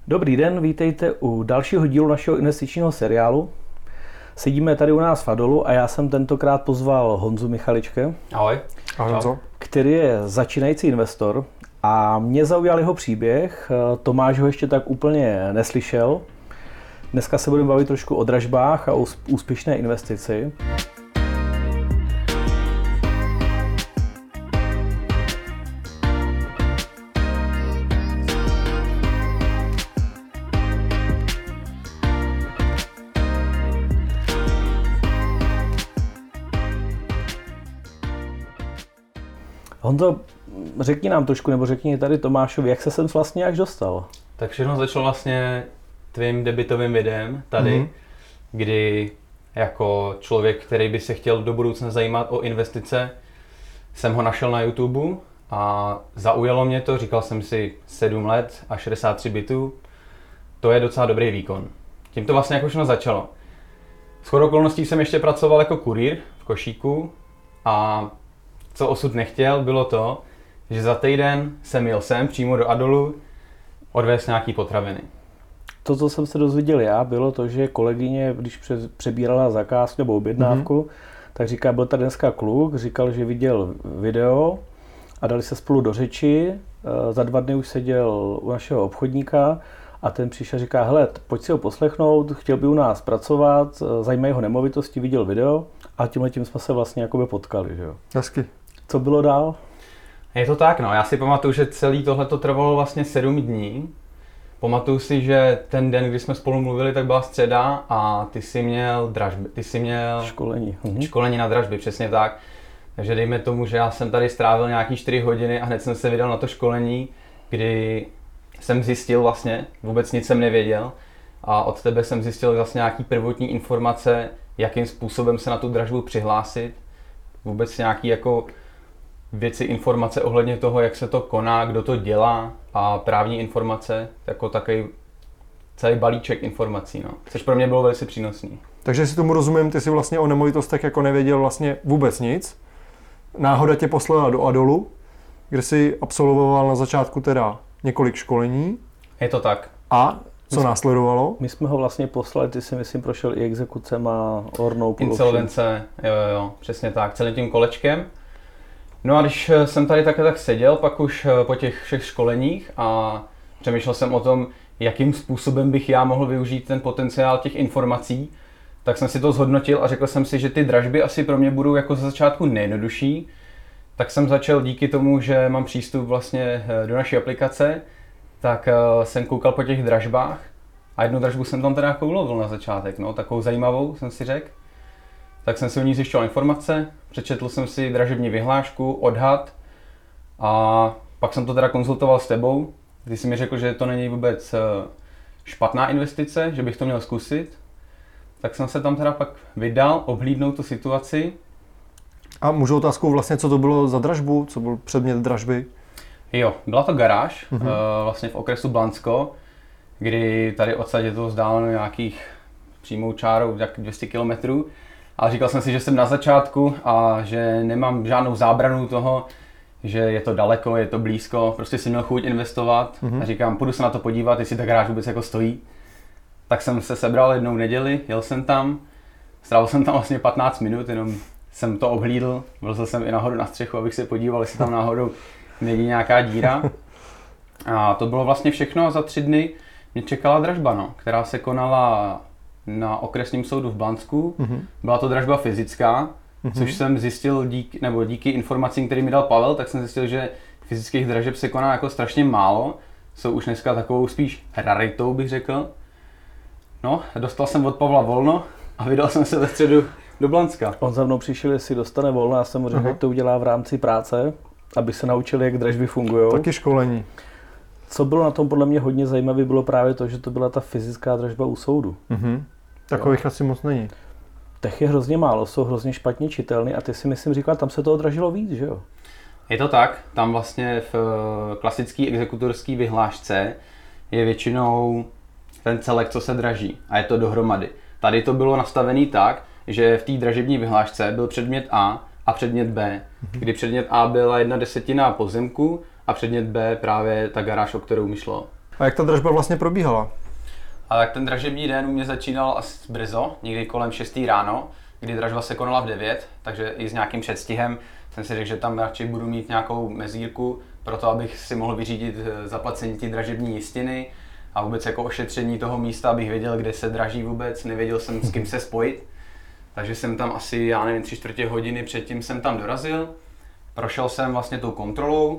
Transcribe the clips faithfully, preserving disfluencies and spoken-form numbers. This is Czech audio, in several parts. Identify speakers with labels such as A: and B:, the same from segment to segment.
A: Dobrý den, vítejte u dalšího dílu našeho investičního seriálu. Sedíme tady u nás v Adolu a já jsem tentokrát pozval Honzu Michalička.
B: Ahoj.
C: Ahoj, Honzo.
A: Který je začínající investor a mě zaujal jeho příběh. Tomáš ho ještě tak úplně neslyšel. Dneska se budeme bavit trošku o dražbách a o úspěšné investici. Honzo, řekni nám trošku, nebo řekni tady Tomášovi, jak se sem vlastně až dostal?
B: Tak všechno začalo vlastně tvým debutovým videem tady, mm-hmm. kdy jako člověk, který by se chtěl do budoucna zajímat o investice, jsem ho našel na YouTube a zaujalo mě to, říkal jsem si sedm let a šedesát tři bitů, to je docela dobrý výkon. Tím to vlastně jako všechno začalo. Shodou okolností jsem ještě pracoval jako kurýr v Košíku a co osud nechtěl, bylo to, že za týden jsem jel sem přímo do Adolu odvést nějaký potraviny.
A: To, co jsem se dozvěděl já, bylo to, že kolegyně, když přebírala zakázku nebo objednávku, mm-hmm. tak říká, byl tady dneska kluk, říkal, že viděl video a dali se spolu do řeči. Za dva dny už seděl u našeho obchodníka a ten přišel a říká, hele, pojď si ho poslechnout, chtěl by u nás pracovat, zajímají ho nemovitosti, viděl video a tímhletím jsme se vlastně jakoby potkali, že jo.
C: Hezky.
A: Co bylo dál?
B: Je to tak, no. Já si pamatuju, že celý tohle to trvalo vlastně sedm dní. Pamatuju si, že ten den, kdy jsme spolu mluvili, tak byla středa a ty jsi měl dražby, ty jsi měl
A: školení. Mhm.
B: školení na dražby, přesně tak. Takže dejme tomu, že já jsem tady strávil nějaký čtyři hodiny a hned jsem se vydal na to školení, kdy jsem zjistil vlastně, vůbec nic jsem nevěděl a od tebe jsem zjistil vlastně nějaký prvotní informace, jakým způsobem se na tu dražbu přihlásit. Vůbec nějaký jako věci, informace ohledně toho, jak se to koná, kdo to dělá a právní informace, jako takový celý balíček informací, no. Což pro mě bylo velice přínosný.
C: Takže si tomu rozumím, ty si vlastně o nemovitostech jako nevěděl vlastně vůbec nic. Náhoda tě poslala do Adolu, kde si absolvoval na začátku teda několik školení.
B: Je to tak.
C: A co
A: my
C: následovalo?
A: My jsme ho vlastně poslali, ty si myslím prošel i exekucem a ornou.
B: Insolvence, jo, jo, jo, přesně tak, celým tím kolečkem. No a když jsem tady také tak seděl, pak už po těch všech školeních a přemýšlel jsem o tom, jakým způsobem bych já mohl využít ten potenciál těch informací, tak jsem si to zhodnotil a řekl jsem si, že ty dražby asi pro mě budou jako ze začátku nejjednodušší. Tak jsem začal díky tomu, že mám přístup vlastně do naší aplikace, tak jsem koukal po těch dražbách a jednu dražbu jsem tam teda jako ulovil na začátek, no, takovou zajímavou jsem si řekl. Tak jsem si o ní zjišťoval informace, přečetl jsem si dražební vyhlášku, odhad a pak jsem to teda konzultoval s tebou. Ty jsi mi řekl, že to není vůbec špatná investice, že bych to měl zkusit. Tak jsem se tam teda pak vydal, obhlídnout tu situaci.
C: A můžu otázkou vlastně, co to bylo za dražbu, co byl předmět dražby?
B: Jo, byla to garáž,
C: Mhm.
B: vlastně v okresu Blansko, kdy tady odsaď je to vzdáleno nějakých přímou čárou jak dvě stě kilometrů. Ale říkal jsem si, že jsem na začátku a že nemám žádnou zábranu toho, že je to daleko, je to blízko, prostě si měl chuť investovat mm-hmm. a říkám, půjdu se na to podívat, jestli ta garáž vůbec jako stojí. Tak jsem se sebral jednou v neděli, jel jsem tam, strávil jsem tam vlastně patnáct minut, jenom jsem to obhlídl, vlezl jsem i nahoru na střechu, abych se podíval, jestli tam náhodou není nějaká díra. A to bylo vlastně všechno a za tři dny mě čekala dražba, no, která se konala na okresním soudu v Blansku. Mm-hmm. Byla to dražba fyzická, mm-hmm. což jsem zjistil díky, nebo díky informacím, který mi dal Pavel, tak jsem zjistil, že fyzických dražeb se koná jako strašně málo. Jsou už dneska takovou spíš raritou, bych řekl. No, dostal jsem od Pavla volno a vydal jsem se ve středu do Blanska.
A: On za mnou přišel, jestli dostane volno, já jsem mu řekl, že to udělá v rámci práce, aby se naučili, jak dražby fungují.
C: Taky školení.
A: Co bylo na tom podle mě hodně zajímavé, bylo právě to, že to byla ta fyzická dražba u soudu.
C: Mm-hmm. Takových asi moc není.
A: Těch je hrozně málo, jsou hrozně špatně čitelný a ty si myslím říkal, tam se toho dražilo víc, že jo?
B: Je to tak, tam vlastně v klasické exekutorské vyhlášce je většinou ten celek, co se draží a je to dohromady. Tady to bylo nastavené tak, že v té dražební vyhlášce byl předmět A a předmět B, kdy předmět A byla jedna desetina pozemku a předmět B právě ta garáž, o kterou mi šlo.
C: A jak ta dražba vlastně probíhala?
B: A tak ten dražební den u mě začínal asi brzo, někdy kolem šestý ráno, kdy dražba se konala v devět, takže i s nějakým předstihem jsem si řekl, že tam radši budu mít nějakou mezírku, proto abych si mohl vyřídit zaplacení té dražební jistiny a vůbec jako ošetření toho místa, abych věděl, kde se draží vůbec, nevěděl jsem, s kým se spojit. Takže jsem tam asi, já nevím, tři čtvrtě hodiny předtím jsem tam dorazil, prošel jsem vlastně tou kontrolou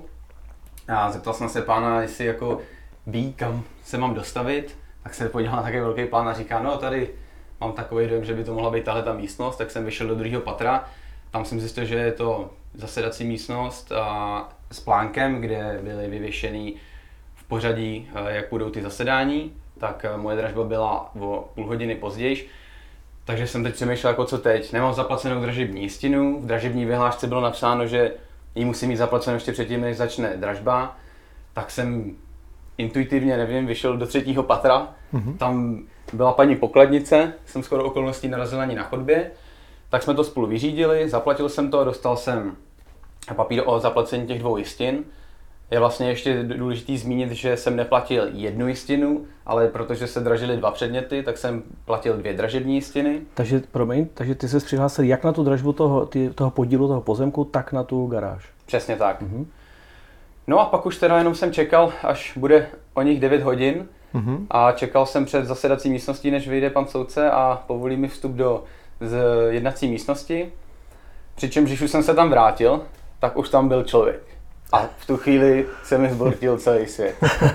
B: a zeptal jsem se pána, jestli jako ví, kam se mám dostavit. Tak se podíval na takový velký plán a říká, no tady mám takový dojem, že by to mohla být tahle ta místnost, tak jsem vyšel do druhého patra. Tam jsem zjistil, že je to zasedací místnost a s plánkem, kde byly vyvěšený v pořadí, jak budou ty zasedání. Tak moje dražba byla o půl hodiny později. Takže jsem teď přemýšlel, jako co teď. Nemám zaplacenou dražební jistinu, v dražební vyhlášce bylo napsáno, že ji musím mít zaplacenou ještě předtím, než začne dražba. Tak jsem intuitivně, nevím, vyšel do třetího patra, mm-hmm. Tam byla paní pokladnice, jsem skoro okolností narazil na ní na chodbě, tak jsme to spolu vyřídili, zaplatil jsem to, dostal jsem papír o zaplacení těch dvou jistin. Je vlastně ještě důležitý zmínit, že jsem neplatil jednu jistinu, ale protože se dražily dva předměty, tak jsem platil dvě dražební jistiny.
A: Takže, promiň, takže ty jsi přihlásil jak na tu dražbu toho, ty, toho podílu toho pozemku, tak na tu garáž.
B: Přesně tak. Mm-hmm. No a pak už teda jenom jsem čekal, až bude o nich devět hodin mm-hmm. a čekal jsem před zasedací místností, než vyjde pan soudce a povolí mi vstup do z jednací místnosti. Přičemž, když už jsem se tam vrátil, tak už tam byl člověk. A v tu chvíli se mi zbortil celý svět.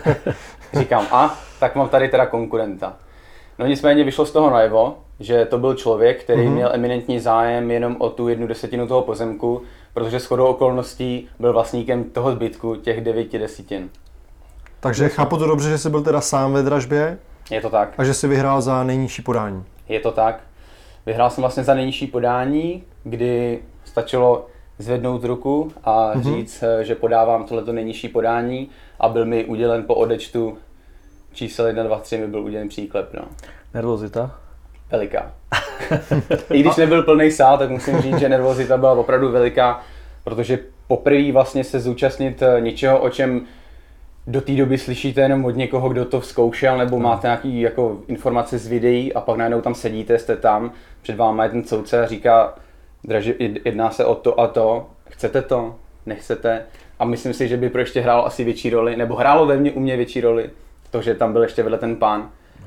B: Říkám, a tak mám tady teda konkurenta. No nicméně vyšlo z toho najevo, že to byl člověk, který mm-hmm. měl eminentní zájem jenom o tu jednu desetinu toho pozemku, protože shodou okolností byl vlastníkem toho zbytku těch devěti desetin.
C: Takže chápu to dobře, že jsi byl teda sám ve dražbě?
B: Je to tak.
C: A že jsi vyhrál za nejnižší podání?
B: Je to tak. Vyhrál jsem vlastně za nejnižší podání, kdy stačilo zvednout ruku a mm-hmm. říct, že podávám tohleto nejnižší podání a byl mi udělen po odečtu čísel jedna, dva, tři mi byl udělen příklep. No.
A: Nervozita?
B: Veliká. I když nebyl plný sál, tak musím říct, že nervozita byla opravdu veliká, protože poprvé vlastně se zúčastnit něčeho, o čem do té doby slyšíte jenom od někoho, kdo to zkoušel, nebo máte nějaký jako informace z videí a pak najednou tam sedíte, jste tam, před váma je ten soudce a říká, draže, jedná se o to a to, chcete to, nechcete. A myslím si, že by pro ještě hrálo asi větší roli, nebo hrálo ve mně u mě větší roli, to, že tam byl ještě vedle ten pán.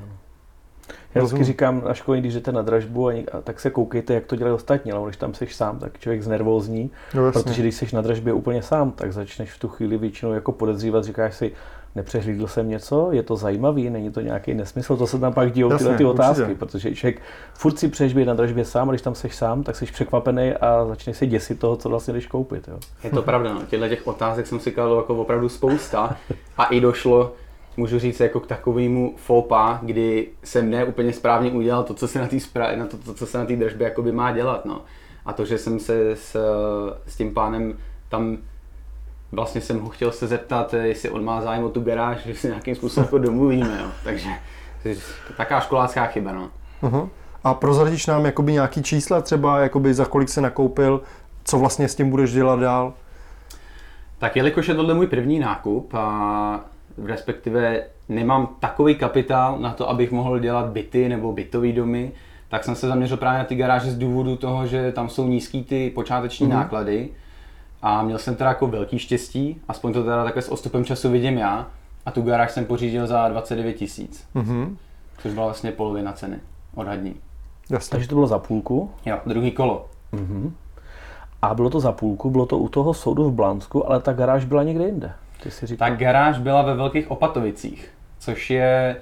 A: Já vždycky říkám na škole, když jdete na dražbu, a, a tak se koukejte, jak to dělají ostatní, ale když tam jsi sám, tak člověk znervózní, no, protože když jsi na dražbě úplně sám, tak začneš v tu chvíli většinou jako podezřívat, říkáš si, nepřehlídl jsem něco, je to zajímavý, není to nějaký nesmysl, to se tam pak dějou tyhle ty otázky, určitě. Protože člověk furt si přeješ být na dražbě sám, a když tam jsi sám, tak jsi překvapený a začneš si děsit toho, co vlastně jdeš koupit. Jo.
B: Je to pravda, no. Těchto těch otázek jsem si kladl jako opravdu spousta a i došlo, můžu říct, jako k takovému faux pas, kdy jsem ne úplně správně udělal to, co se na té spra- na to, to, co se na té dražbě jakoby má dělat. No. A to, že jsem se s, s tím pánem tam vlastně jsem ho chtěl se zeptat, jestli on má zájem o tu garáž, že si nějakým způsobem jako domluvíme, jo. Takže taká školácká chyba, no. Uh-huh.
C: A prozradíš nám jakoby nějaký čísla třeba, jakoby za kolik se nakoupil, co vlastně s tím budeš dělat dál?
B: Tak jelikož je tohle můj první nákup a respektive nemám takový kapitál na to, abych mohl dělat byty nebo bytový domy, tak jsem se zaměřil právě na ty garáže z důvodu toho, že tam jsou nízký ty počáteční uh-huh. náklady. A měl jsem teda jako velký štěstí, aspoň to teda takhle s odstupem času vidím já, a tu garáž jsem pořídil za dvacet devět tisíc, mm-hmm. což byla vlastně polovina ceny, odhadní.
A: Jasně. Takže to bylo za půlku?
B: Jo, druhý kolo.
A: Mm-hmm. A bylo to za půlku, bylo to u toho soudu v Blansku, ale ta garáž byla někde jinde, ty si říkal.
B: Ta garáž byla ve Velkých Opatovicích, což je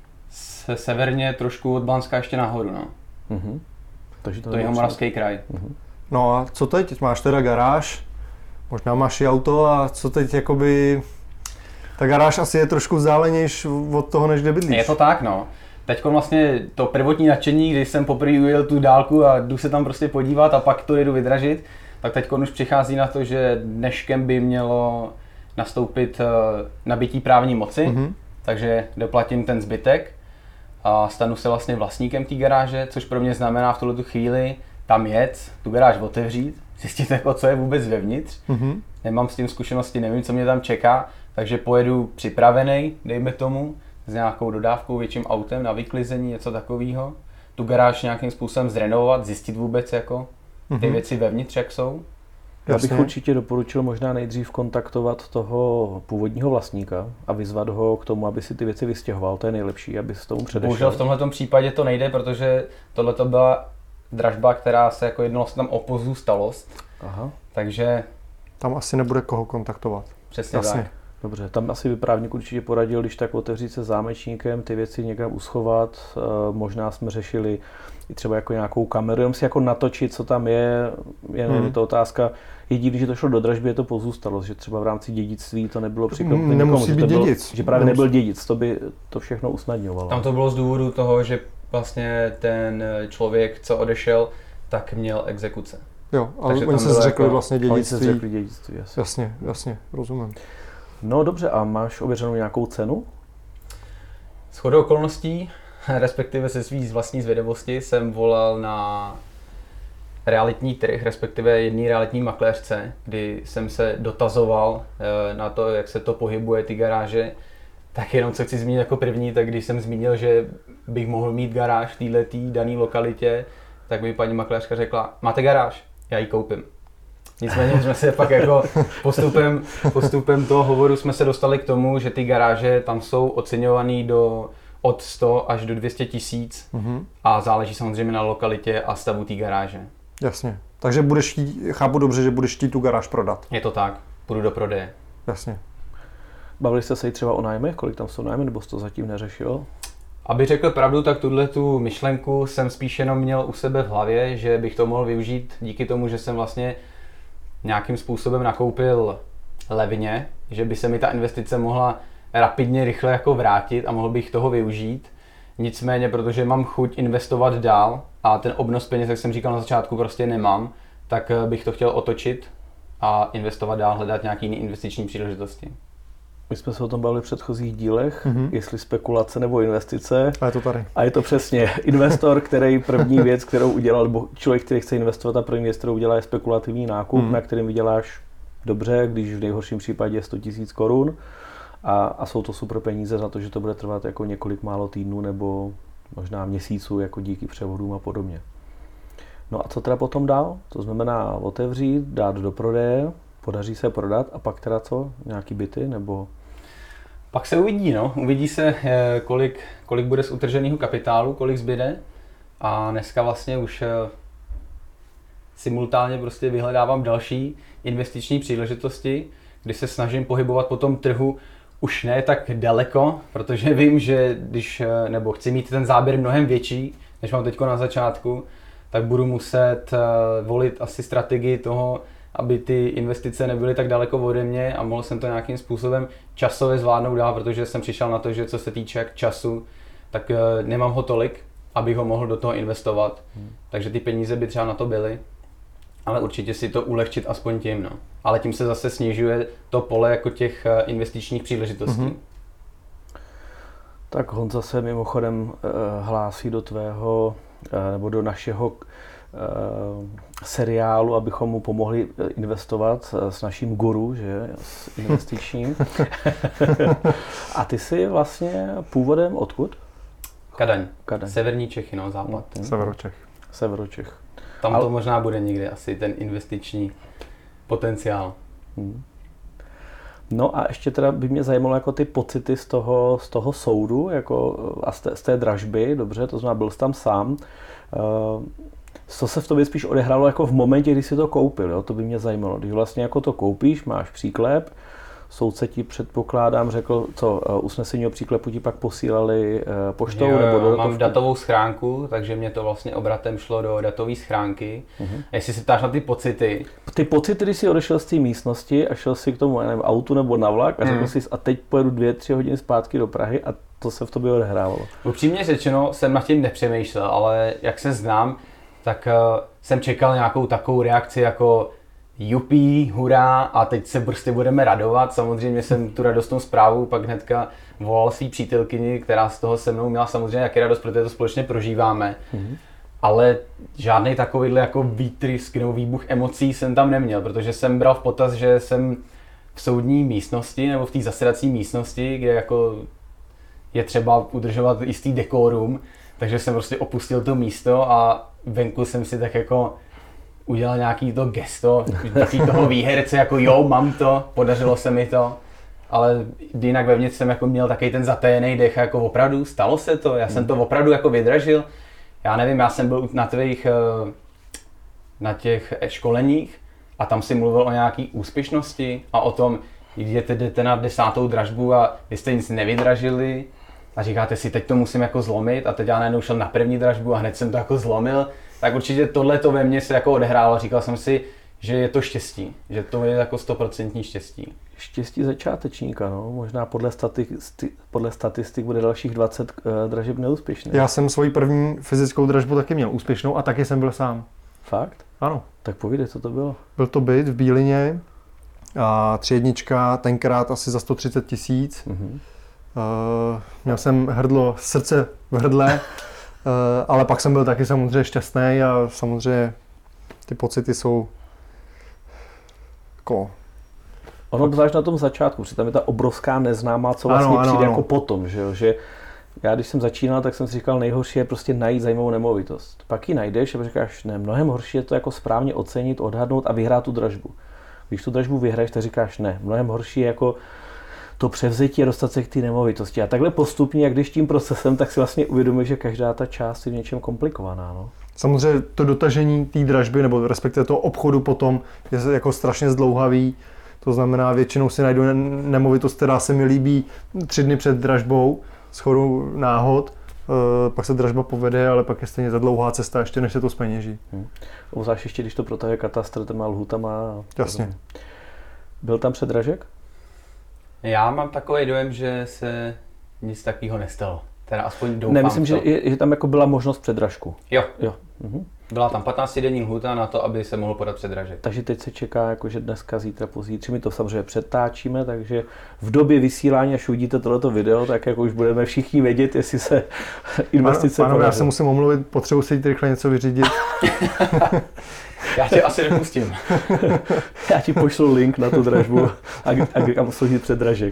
B: se severně trošku od Blanska ještě nahoru, no. Mm-hmm. Takže to, to je Jihomoravský kraj. Mm-hmm.
C: No a co teď? Máš teda garáž? Možná máš i auto a co teď jakoby, ta garáž asi je trošku vzdálenější od toho, než kde bydlíš.
B: Je to tak, no. Teď vlastně to prvotní nadšení, když jsem poprvé ujel tu dálku a jdu se tam prostě podívat a pak to jedu vydražit, tak teď už přichází na to, že dneškem by mělo nastoupit nabytí právní moci, mm-hmm. takže doplatím ten zbytek a stanu se vlastně vlastníkem té garáže, což pro mě znamená v tuhletu chvíli tam jet, tu garáž otevřít, zjistit, jako, co je vůbec vevnitř. Mm-hmm. Nemám s tím zkušenosti, nevím, co mě tam čeká. takže pojedu připravený, dejme tomu, s nějakou dodávkou, větším autem na vyklizení, něco takového. Tu garáž nějakým způsobem zrenovovat, zjistit vůbec jako ty mm-hmm. věci vevnitř, jak jsou.
A: Já bych určitě doporučil možná nejdřív kontaktovat toho původního vlastníka a vyzvat ho k tomu, aby si ty věci vystěhoval. To je nejlepší, aby se tomu předešel.
B: Bohužel v tomhletom případě to nejde, protože tohle byla dražba, která se jako jednalo se tam o pozůstalost. Aha. Takže
C: tam asi nebude koho kontaktovat.
B: Přesně
C: Jasně.
B: tak.
A: Dobře, tam asi by právník určitě poradil, když tak otevřít se zámečníkem, ty věci někam uschovat. Možná jsme řešili i třeba jako nějakou kameru, jenom si jako natočit, co tam je, jen hmm. je to otázka. Jediný, když to šlo do dražby, je to pozůstalost, že třeba v rámci dědictví to nebylo přiklopené.
C: Nemusí být dědic.
A: Že právě nebyl dědic, to by to všechno usnadňovalo.
B: Tam to bylo z důvodu toho, že vlastně ten člověk, co odešel, tak měl exekuce.
C: Jo, ale takže oni se zřekli jako vlastně dědictví.
A: Oni se zřekli dědictví, jasně.
C: Jasně, jasně, rozumím.
A: No dobře, a máš ověřenou nějakou cenu?
B: Shodou okolností, respektive se svý vlastní zvědavosti, jsem volal na realitní trh, respektive jedné realitní makléřce, kdy jsem se dotazoval na to, jak se to pohybuje, ty garáže. Tak jenom co chci zmínit jako první, tak když jsem zmínil, že bych mohl mít garáž v této dané lokalitě, tak mi paní makléřka řekla, máte garáž? Já ji koupím. Nicméně jsme se pak jako postupem, postupem toho hovoru jsme se dostali k tomu, že ty garáže tam jsou oceňované do od sto až do dvě stě tisíc mm-hmm. a záleží samozřejmě na lokalitě a stavu té garáže.
C: Jasně. Takže budeš chtít, chápu dobře, že budeš chtít tu garáž prodat.
B: Je to tak, půjdu do prodeje.
C: Jasně.
A: Bavili jste se i třeba o nájmech, kolik tam jsou nájmy, nebo jsi to zatím neřešil?
B: Aby řekl pravdu, tak tuhle tu myšlenku jsem spíš jenom měl u sebe v hlavě, že bych to mohl využít díky tomu, že jsem vlastně nějakým způsobem nakoupil levně, že by se mi ta investice mohla rapidně, rychle jako vrátit a mohl bych toho využít. Nicméně, protože mám chuť investovat dál a ten obnos peněz, jak jsem říkal na začátku, prostě nemám, tak bych to chtěl otočit a investovat dál, hledat nějaké jiné investiční příležitosti.
A: My jsme se o tom bavili v předchozích dílech, mm-hmm. jestli spekulace nebo investice.
C: A je to tady.
A: A je to přesně investor, který první věc, kterou udělal, nebo člověk, který chce investovat a první věc, kterou udělá, je spekulativní nákup, mm. na kterém vyděláš dobře, když v nejhorším případě sto tisíc korun. A, a jsou to super peníze za to, že to bude trvat jako několik málo týdnů nebo možná měsíců, jako díky převodům a podobně. No a co teda potom dál? To znamená otevřít, dát do prodeje, podaří se prodat a pak teda co? Nějaký byty nebo...
B: Pak se uvidí, no. Uvidí se, kolik, kolik bude z utrženého kapitálu, kolik zbyde. A dneska vlastně už simultánně prostě vyhledávám další investiční příležitosti, kdy se snažím pohybovat po tom trhu už ne tak daleko, protože vím, že když, nebo chci mít ten záběr mnohem větší, než mám teďko na začátku, tak budu muset volit asi strategii toho, aby ty investice nebyly tak daleko ode mě a mohl jsem to nějakým způsobem časově zvládnout dál, protože jsem přišel na to, že co se týče času, tak nemám ho tolik, abych ho mohl do toho investovat. Hmm. Takže ty peníze by třeba na to byly, ale určitě si to ulehčit aspoň tím. No. Ale tím se zase snižuje to pole jako těch investičních příležitostí. Hmm.
A: Tak Honza se mimochodem eh, hlásí do tvého, eh, nebo do našeho seriálu, abychom mu pomohli investovat s naším guru, že, s investičním. A ty jsi vlastně původem odkud?
B: Kadaň. Kadaň. Severní Čechy, no, západ.
C: No, Severočech.
A: Severočech.
B: Tam Ale... to možná bude někdy asi ten investiční potenciál. Hmm.
A: No a ještě teda by mě zajímalo jako ty pocity z toho, z toho soudu jako, a z té, z té dražby, dobře, to znamená, byl jsi tam sám. Uh, Co se v tobě spíš odehrálo jako v momentě, kdy jsi to koupil, jo? To by mě zajímalo. Když vlastně jako to koupíš, máš příklep, soudce ti předpokládám řekl, co usnesení o příklepu ti pak posílali poštou
B: jo,
A: nebo do
B: mám datovou schránku, takže mě to vlastně obratem šlo do datové schránky. Uh-huh. A jestli se ptáš na ty pocity.
A: Ty pocity, když jsi odešel z té místnosti a šel si k tomu nevím, autu nebo na vlak a řekl hmm. jsi, a teď pojedu dvě, tři hodiny zpátky do Prahy a to se v tobě odehrávalo.
B: Upřímně řečeno jsem nad tím nepřemýšlel, ale jak se znám, tak uh, jsem čekal nějakou takovou reakci jako jupí, hurá a teď se prostě budeme radovat. Samozřejmě jsem tu radostnou zprávu pak hnedka volal svý přítelkyni, která z toho se mnou měla samozřejmě jaký radost, protože to společně prožíváme. Mm-hmm. Ale žádný takovýhle jako výtrysk nebo výbuch emocí jsem tam neměl, protože jsem bral v potaz, že jsem v soudní místnosti nebo v té zasedací místnosti, kde jako je třeba udržovat jistý dekorum, takže jsem prostě opustil to místo a venku jsem si tak jako udělal nějaký to gesto, takový toho výherce, jako jo, mám to, podařilo se mi to, ale jinak vevnitř jsem jako měl takový ten zatajený dech, jako opravdu, stalo se to, já jsem to opravdu jako vydražil, já nevím, já jsem byl na tvých, na těch školeních a tam si mluvil o nějaký úspěšnosti a o tom, jdete, jdete na desátou dražbu a vy jste nic nevydražili a říkáte si, teď to musím jako zlomit a teď já najednou šel na první dražbu a hned jsem to jako zlomil, tak určitě tohle to ve mně se jako odehrálo, říkal jsem si, že je to štěstí, že to je jako stoprocentní štěstí.
A: Štěstí začátečníka, no. Možná podle, stati- podle statistik bude dalších dvacet uh, dražeb neúspěšných.
C: Já jsem svoji první fyzickou dražbu taky měl úspěšnou a taky jsem byl sám.
A: Fakt?
C: Ano.
A: Tak povídej, co to bylo?
C: Byl to byt v Bílině a třijednička, tenkrát asi za sto třicet tisíc. Mm-hmm. Uh, měl jsem hrdlo, srdce v hrdle, uh, ale pak jsem byl taky samozřejmě šťastný a samozřejmě ty pocity jsou jako...
A: Ono zvlášť na tom začátku, protože tam je ta obrovská neznámá, co vlastně ano, ano, přijde ano. jako potom, že jo, že já když jsem začínal, tak jsem si říkal, nejhorší je prostě najít zajímavou nemovitost. Pak ji najdeš a říkáš, ne, mnohem horší je to jako správně ocenit, odhadnout a vyhrát tu dražbu. Když tu dražbu vyhraješ, tak říkáš, ne, mnohem horší je jako to převzetí a dostat se k té nemovitosti. A takhle postupně, jak když tím procesem, tak si vlastně uvědomíš, že každá ta část je v něčem komplikovaná. No.
C: Samozřejmě to dotažení té dražby, nebo respektive toho obchodu potom je jako strašně zdlouhavý. To znamená, většinou si najdu nemovitost, která se mi líbí tři dny před dražbou, shodou náhod, e, pak se dražba povede, ale pak je stejně za dlouhá cesta, ještě než se to zpeněží.
A: Hmm. Obzvlášť ještě, když to protahuje katastr, těma lhůtama.
C: Jasně.
A: Byl tam předražek?
B: Já mám takový dojem, že se nic takového nestalo. Teda aspoň doufám.
A: Ne, myslím, že, že tam jako byla možnost předražku.
B: Jo.
A: jo. Mhm.
B: Byla tam patnáctidenní lhůta na to, aby se mohl podat předražek.
A: Takže teď se čeká, jako, že dneska, zítra, pozítří, my to samozřejmě přetáčíme, takže v době vysílání, až uvidíte tohleto video, tak jako už budeme všichni vědět, jestli se investice
C: podaří. Já se musím omluvit, potřebuji si jít rychle něco vyřídit.
B: Já tě asi nepustím.
A: Já ti pošlu link na tu dražbu a, a kam složit předražek.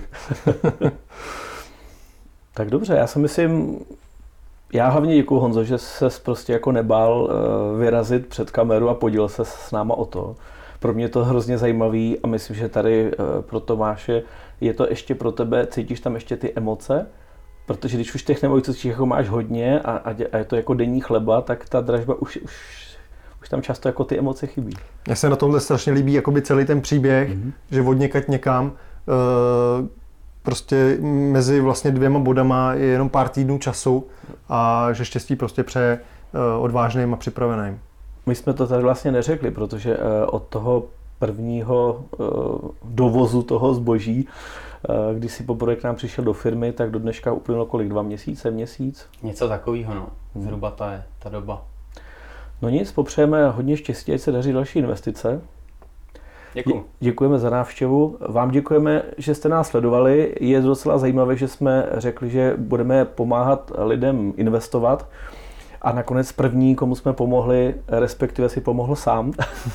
A: Tak dobře, já si myslím, já hlavně děkuju, Honzo, že ses prostě jako nebál uh, vyrazit před kameru a podílel se s náma o to. Pro mě je to hrozně zajímavý a myslím, že tady uh, pro Tomáše je to ještě pro tebe, cítíš tam ještě ty emoce? Protože když už těch nemovitostí jako máš hodně a, a, a je to jako denní chleba, tak ta dražba už, už, už tam často jako ty emoce chybí.
C: Mně se na tomhle strašně líbí jakoby celý ten příběh, mm-hmm. že od někaď někam uh, prostě mezi vlastně dvěma bodama je jenom pár týdnů času a že štěstí prostě přeje uh, odvážným a připraveným.
A: My jsme to tady vlastně neřekli, protože uh, od toho prvního uh, dovozu toho zboží, uh, když si poprvé k nám přišel do firmy, tak do dneška uplynulo kolik? Dva měsíce, měsíc?
B: Něco takového, no. Zhruba ta je ta doba.
A: No nic, popřejeme hodně štěstí, ať se daří další investice.
B: Děkuju.
A: Děkujeme za návštěvu. Vám děkujeme, že jste nás sledovali. Je docela zajímavé, že jsme řekli, že budeme pomáhat lidem investovat. A nakonec první, komu jsme pomohli, respektive si pomohl sám.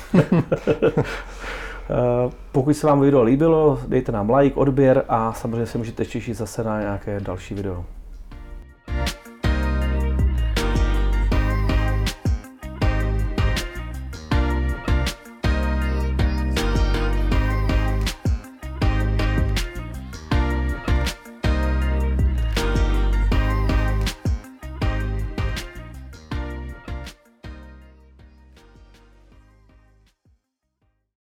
A: Pokud se vám video líbilo, dejte nám like, odběr a samozřejmě se můžete těšit zase na nějaké další video.